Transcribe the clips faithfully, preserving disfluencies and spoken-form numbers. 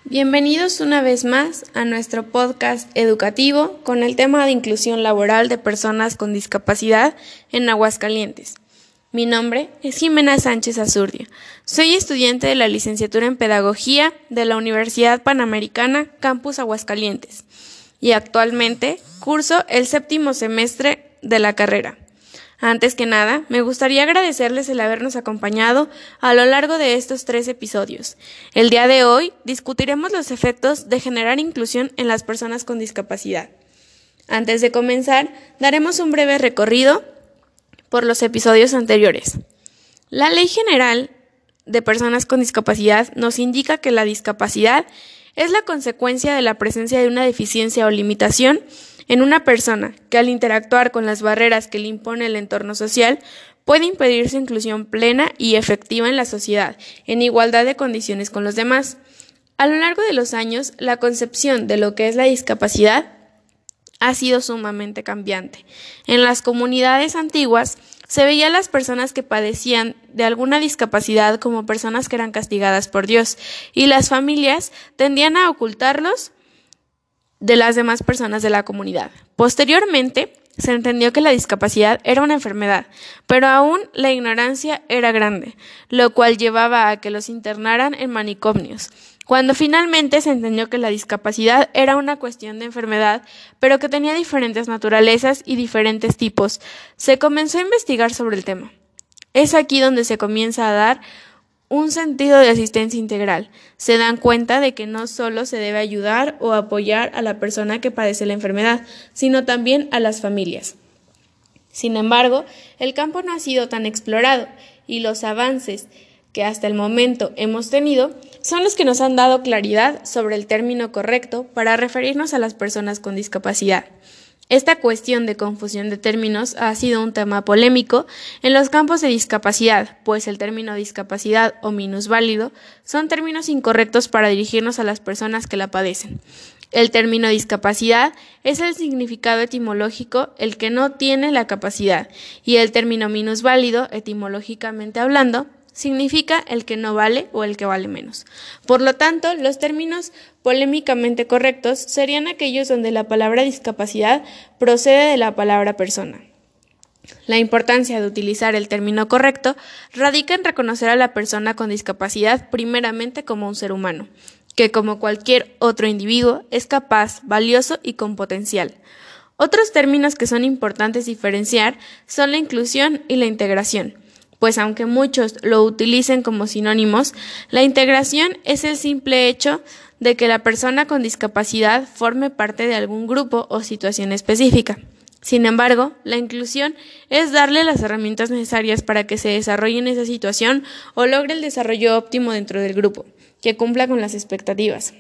Bienvenidos una vez más a nuestro podcast educativo con el tema de inclusión laboral de personas con discapacidad en Aguascalientes. Mi nombre es Jimena Sánchez Azurdia. Soy estudiante de la licenciatura en Pedagogía de la Universidad Panamericana Campus Aguascalientes y actualmente curso el séptimo semestre de la carrera. Antes que nada, me gustaría agradecerles el habernos acompañado a lo largo de estos tres episodios. El día de hoy discutiremos los efectos de generar inclusión en las personas con discapacidad. Antes de comenzar, daremos un breve recorrido por los episodios anteriores. La Ley General de Personas con Discapacidad nos indica que la discapacidad es la consecuencia de la presencia de una deficiencia o limitación en una persona que al interactuar con las barreras que le impone el entorno social puede impedir su inclusión plena y efectiva en la sociedad, en igualdad de condiciones con los demás. A lo largo de los años, la concepción de lo que es la discapacidad ha sido sumamente cambiante. En las comunidades antiguas se veía a las personas que padecían de alguna discapacidad como personas que eran castigadas por Dios, y las familias tendían a ocultarlos de las demás personas de la comunidad. Posteriormente, se entendió que la discapacidad era una enfermedad, pero aún la ignorancia era grande, lo cual llevaba a que los internaran en manicomios. Cuando finalmente se entendió que la discapacidad era una cuestión de enfermedad, pero que tenía diferentes naturalezas y diferentes tipos, se comenzó a investigar sobre el tema. Es aquí donde se comienza a dar un sentido de asistencia integral. Se dan cuenta de que no solo se debe ayudar o apoyar a la persona que padece la enfermedad, sino también a las familias. Sin embargo, el campo no ha sido tan explorado y los avances que hasta el momento hemos tenido son los que nos han dado claridad sobre el término correcto para referirnos a las personas con discapacidad. Esta cuestión de confusión de términos ha sido un tema polémico en los campos de discapacidad, pues el término discapacidad o minusválido son términos incorrectos para dirigirnos a las personas que la padecen. El término discapacidad es el significado etimológico, el que no tiene la capacidad, y el término minusválido, etimológicamente hablando, significa el que no vale o el que vale menos. Por lo tanto, los términos polémicamente correctos serían aquellos donde la palabra discapacidad procede de la palabra persona. La importancia de utilizar el término correcto radica en reconocer a la persona con discapacidad primeramente como un ser humano, que como cualquier otro individuo es capaz, valioso y con potencial. Otros términos que son importantes diferenciar son la inclusión y la integración, pues aunque muchos lo utilicen como sinónimos, la integración es el simple hecho de que la persona con discapacidad forme parte de algún grupo o situación específica. Sin embargo, la inclusión es darle las herramientas necesarias para que se desarrolle en esa situación o logre el desarrollo óptimo dentro del grupo, que cumpla con las expectativas.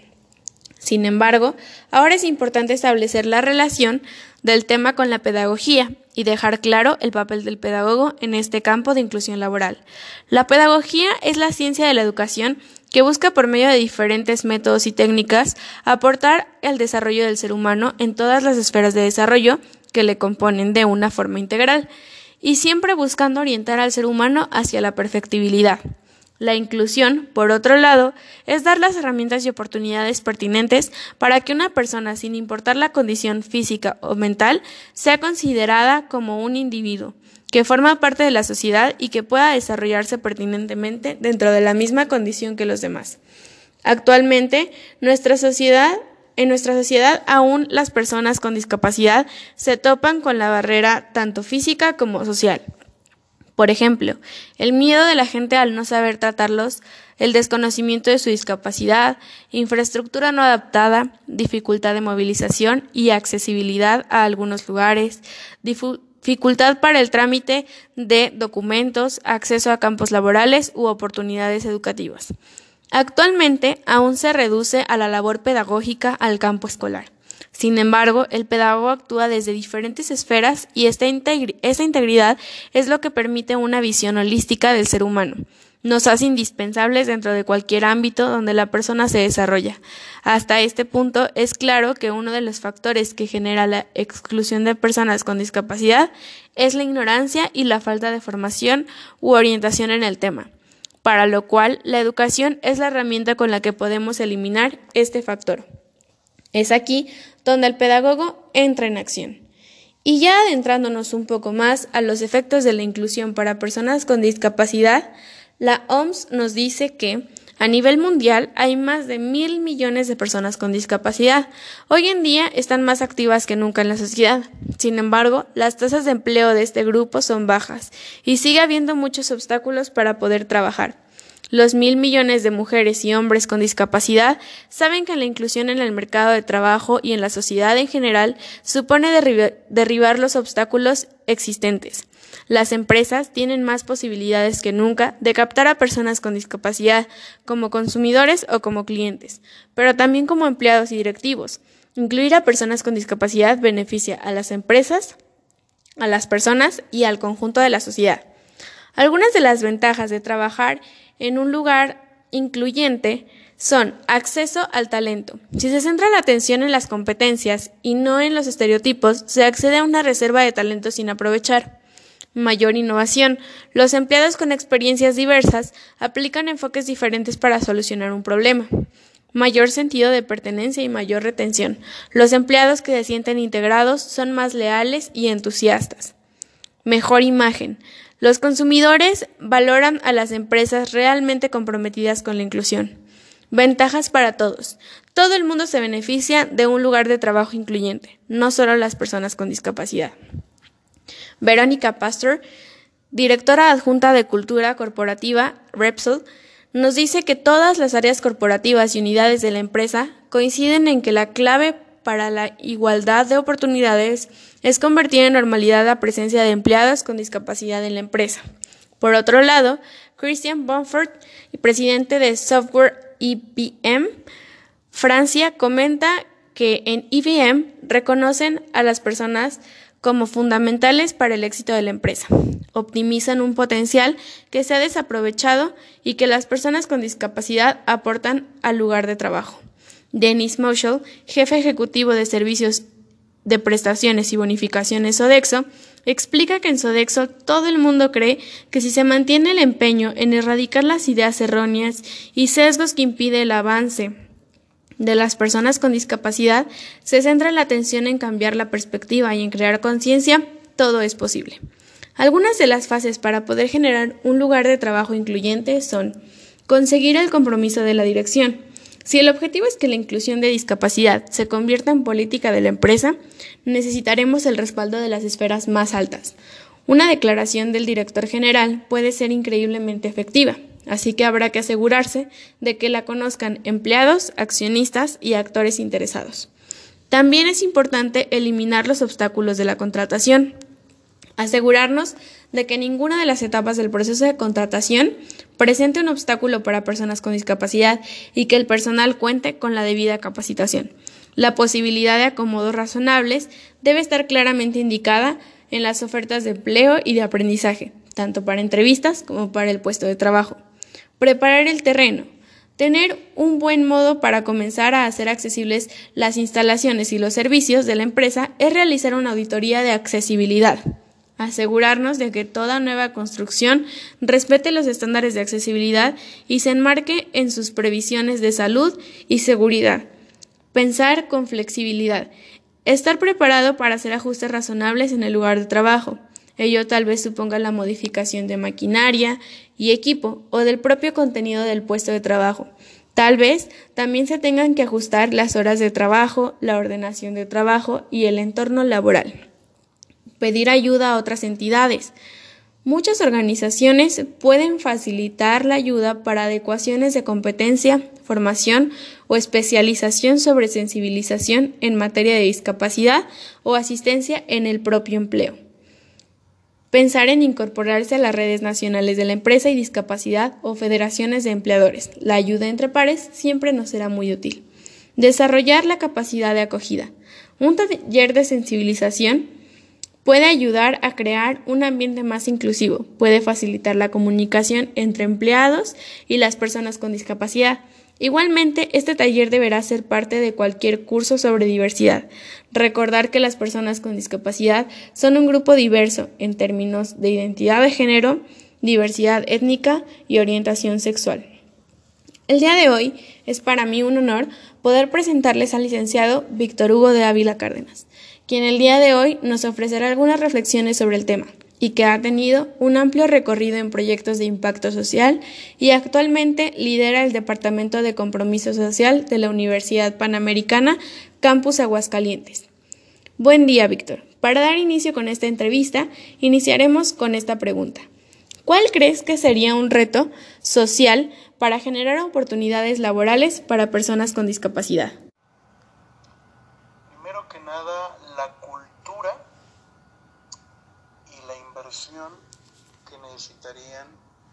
Sin embargo, ahora es importante establecer la relación del tema con la pedagogía y dejar claro el papel del pedagogo en este campo de inclusión laboral. La pedagogía es la ciencia de la educación que busca por medio de diferentes métodos y técnicas aportar al desarrollo del ser humano en todas las esferas de desarrollo que le componen de una forma integral y siempre buscando orientar al ser humano hacia la perfectibilidad. La inclusión, por otro lado, es dar las herramientas y oportunidades pertinentes para que una persona, sin importar la condición física o mental, sea considerada como un individuo, que forma parte de la sociedad y que pueda desarrollarse pertinentemente dentro de la misma condición que los demás. Actualmente, nuestra sociedad, en nuestra sociedad aún las personas con discapacidad se topan con la barrera tanto física como social. Por ejemplo, el miedo de la gente al no saber tratarlos, el desconocimiento de su discapacidad, infraestructura no adaptada, dificultad de movilización y accesibilidad a algunos lugares, dificultad para el trámite de documentos, acceso a campos laborales u oportunidades educativas. Actualmente aún se reduce a la labor pedagógica al campo escolar. Sin embargo, el pedagogo actúa desde diferentes esferas y esta, integri- esta integridad es lo que permite una visión holística del ser humano. Nos hace indispensables dentro de cualquier ámbito donde la persona se desarrolla. Hasta este punto es claro que uno de los factores que genera la exclusión de personas con discapacidad es la ignorancia y la falta de formación u orientación en el tema. para lo cual la educación es la herramienta con la que podemos eliminar este factor. Es aquí donde el pedagogo entra en acción. Y ya adentrándonos un poco más a los efectos de la inclusión para personas con discapacidad, la O M S nos dice que a nivel mundial hay más de mil millones de personas con discapacidad. Hoy en día están más activas que nunca en la sociedad. Sin embargo, las tasas de empleo de este grupo son bajas y sigue habiendo muchos obstáculos para poder trabajar. Los mil millones de mujeres y hombres con discapacidad saben que la inclusión en el mercado de trabajo y en la sociedad en general supone derribar, derribar los obstáculos existentes. Las empresas tienen más posibilidades que nunca de captar a personas con discapacidad como consumidores o como clientes, pero también como empleados y directivos. Incluir a personas con discapacidad beneficia a las empresas, a las personas y al conjunto de la sociedad. Algunas de las ventajas de trabajar en un lugar incluyente son acceso al talento. Si se centra la atención en las competencias y no en los estereotipos, se accede a una reserva de talento sin aprovechar. Mayor innovación. Los empleados con experiencias diversas aplican enfoques diferentes para solucionar un problema. Mayor sentido de pertenencia y mayor retención. Los empleados que se sienten integrados son más leales y entusiastas. Mejor imagen. Los consumidores valoran a las empresas realmente comprometidas con la inclusión. Ventajas para todos. Todo el mundo se beneficia de un lugar de trabajo incluyente, no solo las personas con discapacidad. Verónica Pastor, directora adjunta de Cultura Corporativa, Repsol, nos dice que todas las áreas corporativas y unidades de la empresa coinciden en que la clave para la igualdad de oportunidades es convertir en normalidad la presencia de empleados con discapacidad en la empresa. Por otro lado, Christian Bonfort, presidente de Software I B M Francia, comenta que en I B M reconocen a las personas como fundamentales para el éxito de la empresa. Optimizan un potencial que se ha desaprovechado y que las personas con discapacidad aportan al lugar de trabajo. Dennis Moschel, jefe ejecutivo de servicios de prestaciones y bonificaciones Sodexo, explica que en Sodexo todo el mundo cree que si se mantiene el empeño en erradicar las ideas erróneas y sesgos que impiden el avance de las personas con discapacidad, se centra la atención en cambiar la perspectiva y en crear conciencia, todo es posible. Algunas de las fases para poder generar un lugar de trabajo incluyente son conseguir el compromiso de la dirección. Si el objetivo es que la inclusión de discapacidad se convierta en política de la empresa, necesitaremos el respaldo de las esferas más altas. Una declaración del director general puede ser increíblemente efectiva, así que habrá que asegurarse de que la conozcan empleados, accionistas y actores interesados. También es importante eliminar los obstáculos de la contratación. Asegurarnos de que ninguna de las etapas del proceso de contratación presente un obstáculo para personas con discapacidad y que el personal cuente con la debida capacitación. La posibilidad de acomodos razonables debe estar claramente indicada en las ofertas de empleo y de aprendizaje, tanto para entrevistas como para el puesto de trabajo. Preparar el terreno. Tener un buen modo para comenzar a hacer accesibles las instalaciones y los servicios de la empresa es realizar una auditoría de accesibilidad. Asegurarnos de que toda nueva construcción respete los estándares de accesibilidad y se enmarque en sus previsiones de salud y seguridad. Pensar con flexibilidad. Estar preparado para hacer ajustes razonables en el lugar de trabajo. Ello tal vez suponga la modificación de maquinaria y equipo o del propio contenido del puesto de trabajo. Tal vez también se tengan que ajustar las horas de trabajo, la ordenación de trabajo y el entorno laboral. Pedir ayuda a otras entidades. Muchas organizaciones pueden facilitar la ayuda para adecuaciones de competencia, formación o especialización sobre sensibilización en materia de discapacidad o asistencia en el propio empleo. Pensar en incorporarse a las redes nacionales de la empresa y discapacidad o federaciones de empleadores. La ayuda entre pares siempre nos será muy útil. Desarrollar la capacidad de acogida. Un taller de sensibilización puede ayudar a crear un ambiente más inclusivo, puede facilitar la comunicación entre empleados y las personas con discapacidad. Igualmente, este taller deberá ser parte de cualquier curso sobre diversidad. Recordar que las personas con discapacidad son un grupo diverso en términos de identidad de género, diversidad étnica y orientación sexual. El día de hoy es para mí un honor poder presentarles al licenciado Víctor Hugo de Ávila Cárdenas, quien el día de hoy nos ofrecerá algunas reflexiones sobre el tema y que ha tenido un amplio recorrido en proyectos de impacto social y actualmente lidera el Departamento de Compromiso Social de la Universidad Panamericana, Campus Aguascalientes. Buen día, Víctor. Para dar inicio con esta entrevista, iniciaremos con esta pregunta. ¿Cuál crees que sería un reto social para generar oportunidades laborales para personas con discapacidad? Primero que nada, la cultura y la inversión que necesitarían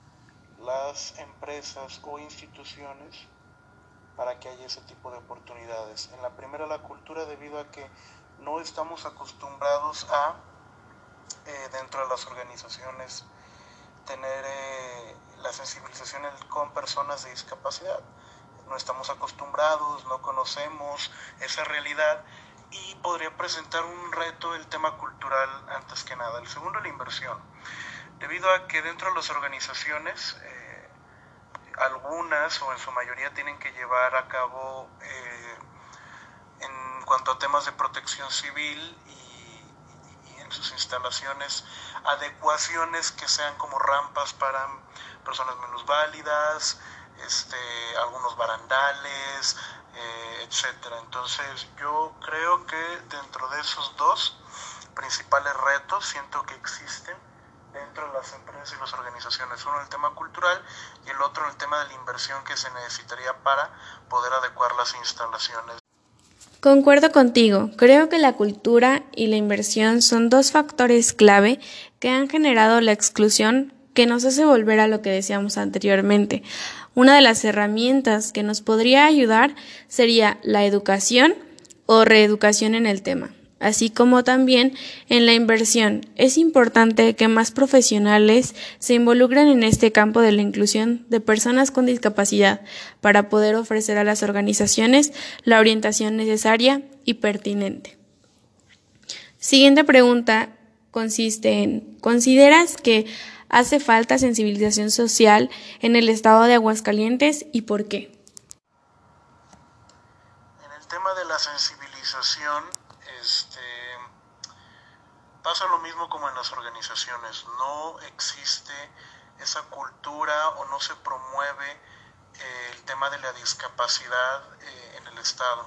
las empresas o instituciones para que haya ese tipo de oportunidades. En la primera, la cultura, debido a que no estamos acostumbrados a, eh, dentro de las organizaciones, tener eh, la sensibilización con personas de discapacidad. No estamos acostumbrados, no conocemos esa realidad y podría presentar un reto el tema cultural antes que nada. El segundo, la inversión. Debido a que dentro de las organizaciones, eh, algunas o en su mayoría tienen que llevar a cabo eh, en cuanto a temas de protección civil y, y en sus instalaciones adecuaciones que sean como rampas para personas minusválidas, este, algunos barandales, eh, etcétera. Entonces yo creo que dentro de esos dos principales retos siento que existen dentro de las empresas y las organizaciones, uno el tema cultural y el otro el tema de la inversión que se necesitaría para poder adecuar las instalaciones. Concuerdo contigo, creo que la cultura y la inversión son dos factores clave que han generado la exclusión que nos hace volver a lo que decíamos anteriormente. Una de las herramientas que nos podría ayudar sería la educación o reeducación en el tema, así como también en la inversión. Es importante que más profesionales se involucren en este campo de la inclusión de personas con discapacidad para poder ofrecer a las organizaciones la orientación necesaria y pertinente. Siguiente pregunta consiste en, ¿consideras que hace falta sensibilización social en el estado de Aguascalientes y por qué? En el tema de la sensibilización, Este, pasa lo mismo como en las organizaciones, no existe esa cultura o no se promueve eh, el tema de la discapacidad eh, en el estado.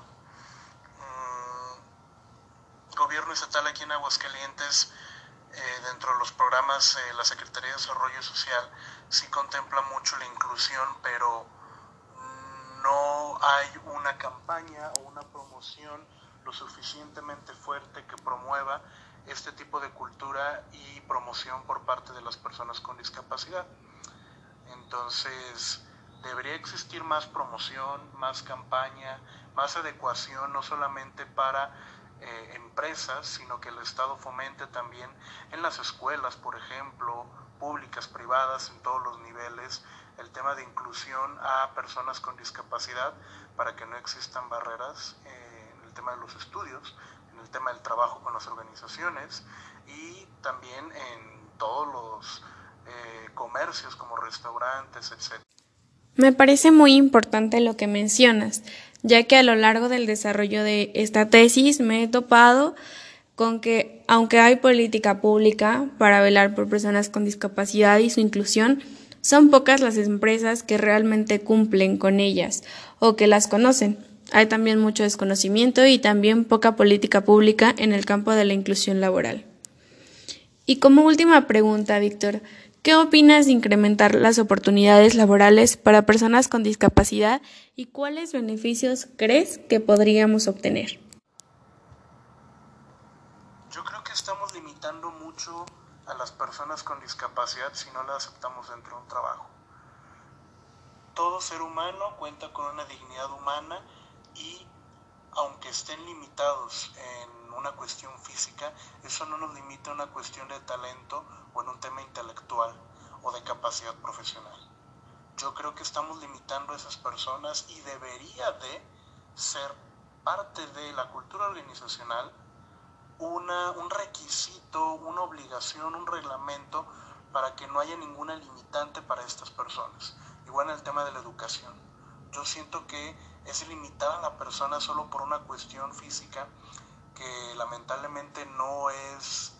Mm, gobierno estatal aquí en Aguascalientes, eh, dentro de los programas, eh, la Secretaría de Desarrollo Social sí contempla mucho la inclusión, pero no hay una campaña o una promoción lo suficientemente fuerte que promueva este tipo de cultura y promoción por parte de las personas con discapacidad. Entonces, debería existir más promoción, más campaña, más adecuación, no solamente para eh, empresas, sino que el Estado fomente también en las escuelas, por ejemplo, públicas, privadas, en todos los niveles, el tema de inclusión a personas con discapacidad para que no existan barreras eh, en el tema de los estudios, en el tema del trabajo con las organizaciones y también en todos los eh, comercios como restaurantes, etcétera. Me parece muy importante lo que mencionas, ya que a lo largo del desarrollo de esta tesis me he topado con que, aunque hay política pública para velar por personas con discapacidad y su inclusión, son pocas las empresas que realmente cumplen con ellas o que las conocen. Hay también mucho desconocimiento y también poca política pública en el campo de la inclusión laboral. Y como última pregunta, Víctor, ¿qué opinas de incrementar las oportunidades laborales para personas con discapacidad y cuáles beneficios crees que podríamos obtener? Yo creo que estamos limitando mucho a las personas con discapacidad si no las aceptamos dentro de un trabajo. Todo ser humano cuenta con una dignidad humana y aunque estén limitados en una cuestión física, eso no nos limita a una cuestión de talento o en un tema intelectual o de capacidad profesional. Yo creo que estamos limitando a esas personas y debería de ser parte de la cultura organizacional una, un requisito, una obligación, un reglamento para que no haya ninguna limitante para estas personas. Igual en el tema de la educación. Yo siento que es limitar a la persona solo por una cuestión física que lamentablemente no es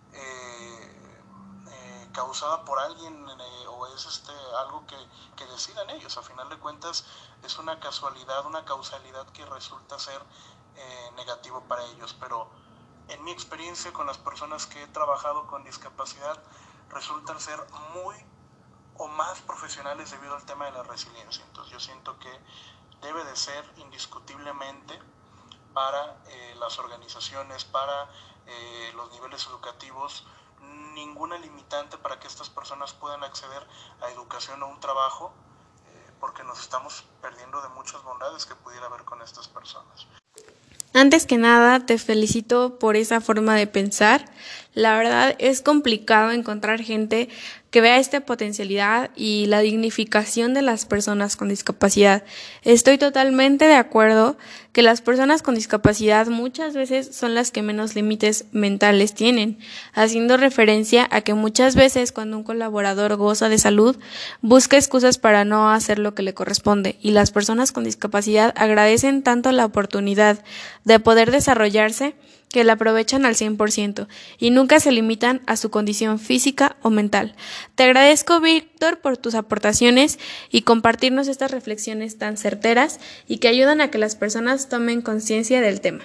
eh, eh, causada por alguien eh, o es este, algo que, que decidan ellos. A final de cuentas es una casualidad, una causalidad que resulta ser eh, negativo para ellos, pero en mi experiencia con las personas que he trabajado con discapacidad resultan ser muy o más profesionales debido al tema de la resiliencia. Entonces yo siento que debe de ser indiscutiblemente para eh, las organizaciones, para eh, los niveles educativos, ninguna limitante para que estas personas puedan acceder a educación o un trabajo, eh, porque nos estamos perdiendo de muchas bondades que pudiera haber con estas personas. Antes que nada, te felicito por esa forma de pensar. La verdad es complicado encontrar gente que vea esta potencialidad y la dignificación de las personas con discapacidad. Estoy totalmente de acuerdo que las personas con discapacidad muchas veces son las que menos límites mentales tienen, haciendo referencia a que muchas veces cuando un colaborador goza de salud, busca excusas para no hacer lo que le corresponde, y las personas con discapacidad agradecen tanto la oportunidad de poder desarrollarse que la aprovechan al cien por ciento y nunca se limitan a su condición física o mental. Te agradezco, Víctor, por tus aportaciones y compartirnos estas reflexiones tan certeras y que ayudan a que las personas tomen conciencia del tema.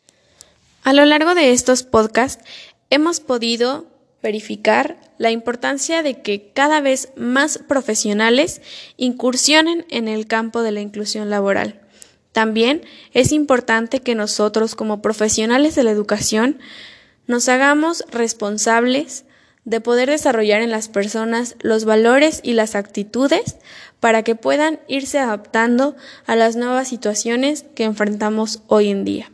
A lo largo de estos podcasts hemos podido verificar la importancia de que cada vez más profesionales incursionen en el campo de la inclusión laboral. También es importante que nosotros, como profesionales de la educación, nos hagamos responsables de poder desarrollar en las personas los valores y las actitudes para que puedan irse adaptando a las nuevas situaciones que enfrentamos hoy en día.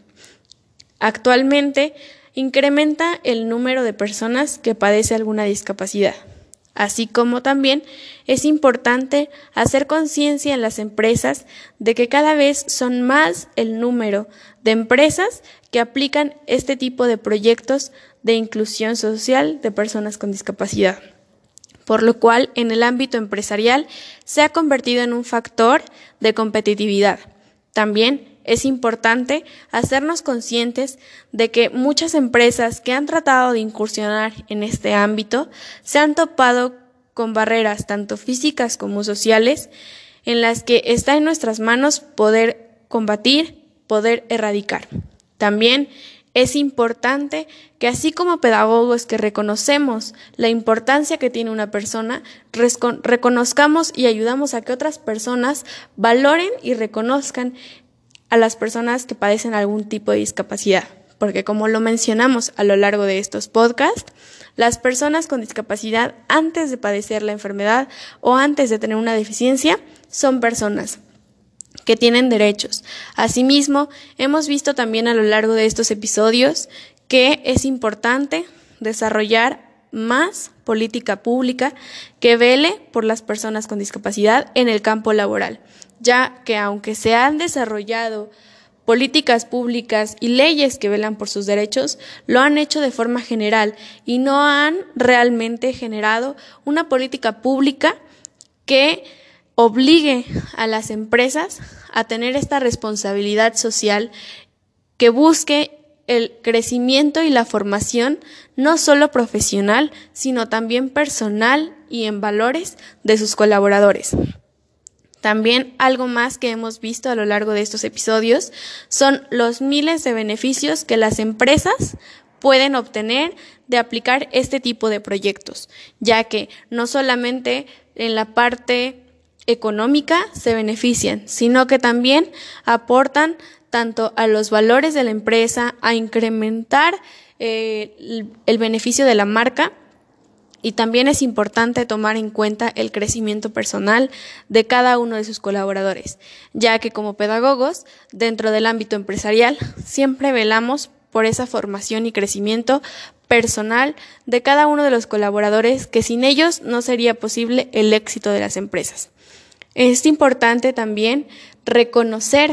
Actualmente, incrementa el número de personas que padece alguna discapacidad. Así como también es importante hacer conciencia en las empresas de que cada vez son más el número de empresas que aplican este tipo de proyectos de inclusión social de personas con discapacidad, por lo cual en el ámbito empresarial se ha convertido en un factor de competitividad. También es importante hacernos conscientes de que muchas empresas que han tratado de incursionar en este ámbito se han topado con barreras tanto físicas como sociales en las que está en nuestras manos poder combatir, poder erradicar. También es importante que así como pedagogos que reconocemos la importancia que tiene una persona, reconozcamos y ayudamos a que otras personas valoren y reconozcan a las personas que padecen algún tipo de discapacidad, porque como lo mencionamos a lo largo de estos podcasts, las personas con discapacidad antes de padecer la enfermedad o antes de tener una deficiencia son personas que tienen derechos. Asimismo, hemos visto también a lo largo de estos episodios que es importante desarrollar más política pública que vele por las personas con discapacidad en el campo laboral, ya que aunque se han desarrollado políticas públicas y leyes que velan por sus derechos, lo han hecho de forma general y no han realmente generado una política pública que obligue a las empresas a tener esta responsabilidad social, que busque el crecimiento y la formación no solo profesional, sino también personal y en valores de sus colaboradores. También algo más que hemos visto a lo largo de estos episodios son los miles de beneficios que las empresas pueden obtener de aplicar este tipo de proyectos, ya que no solamente en la parte económica se benefician, sino que también aportan tanto a los valores de la empresa, a incrementar eh, el, el beneficio de la marca. Y también es importante tomar en cuenta el crecimiento personal de cada uno de sus colaboradores, ya que como pedagogos, dentro del ámbito empresarial, siempre velamos por esa formación y crecimiento personal de cada uno de los colaboradores, que sin ellos no sería posible el éxito de las empresas. Es importante también reconocer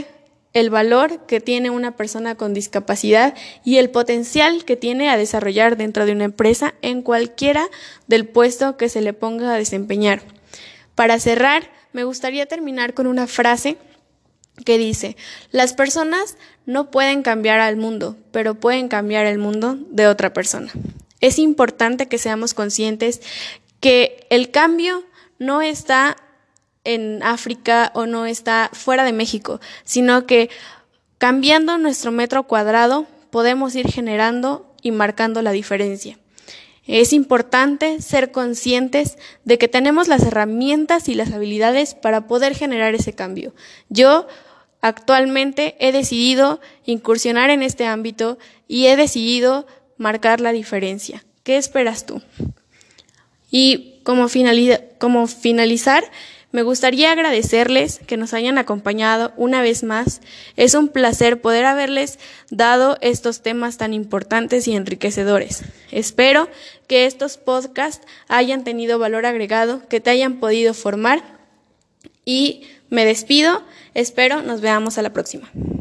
el valor que tiene una persona con discapacidad y el potencial que tiene a desarrollar dentro de una empresa en cualquiera del puesto que se le ponga a desempeñar. Para cerrar, me gustaría terminar con una frase que dice: las personas no pueden cambiar al mundo, pero pueden cambiar el mundo de otra persona. Es importante que seamos conscientes que el cambio no está en África o no está fuera de México, sino que cambiando nuestro metro cuadrado podemos ir generando y marcando la diferencia. Es importante ser conscientes de que tenemos las herramientas y las habilidades para poder generar ese cambio. Yo actualmente he decidido incursionar en este ámbito y he decidido marcar la diferencia. ¿Qué esperas tú? Y como, finaliza, como finalizar, me gustaría agradecerles que nos hayan acompañado una vez más. Es un placer poder haberles dado estos temas tan importantes y enriquecedores. Espero que estos podcasts hayan tenido valor agregado, que te hayan podido formar y me despido. Espero nos veamos a la próxima.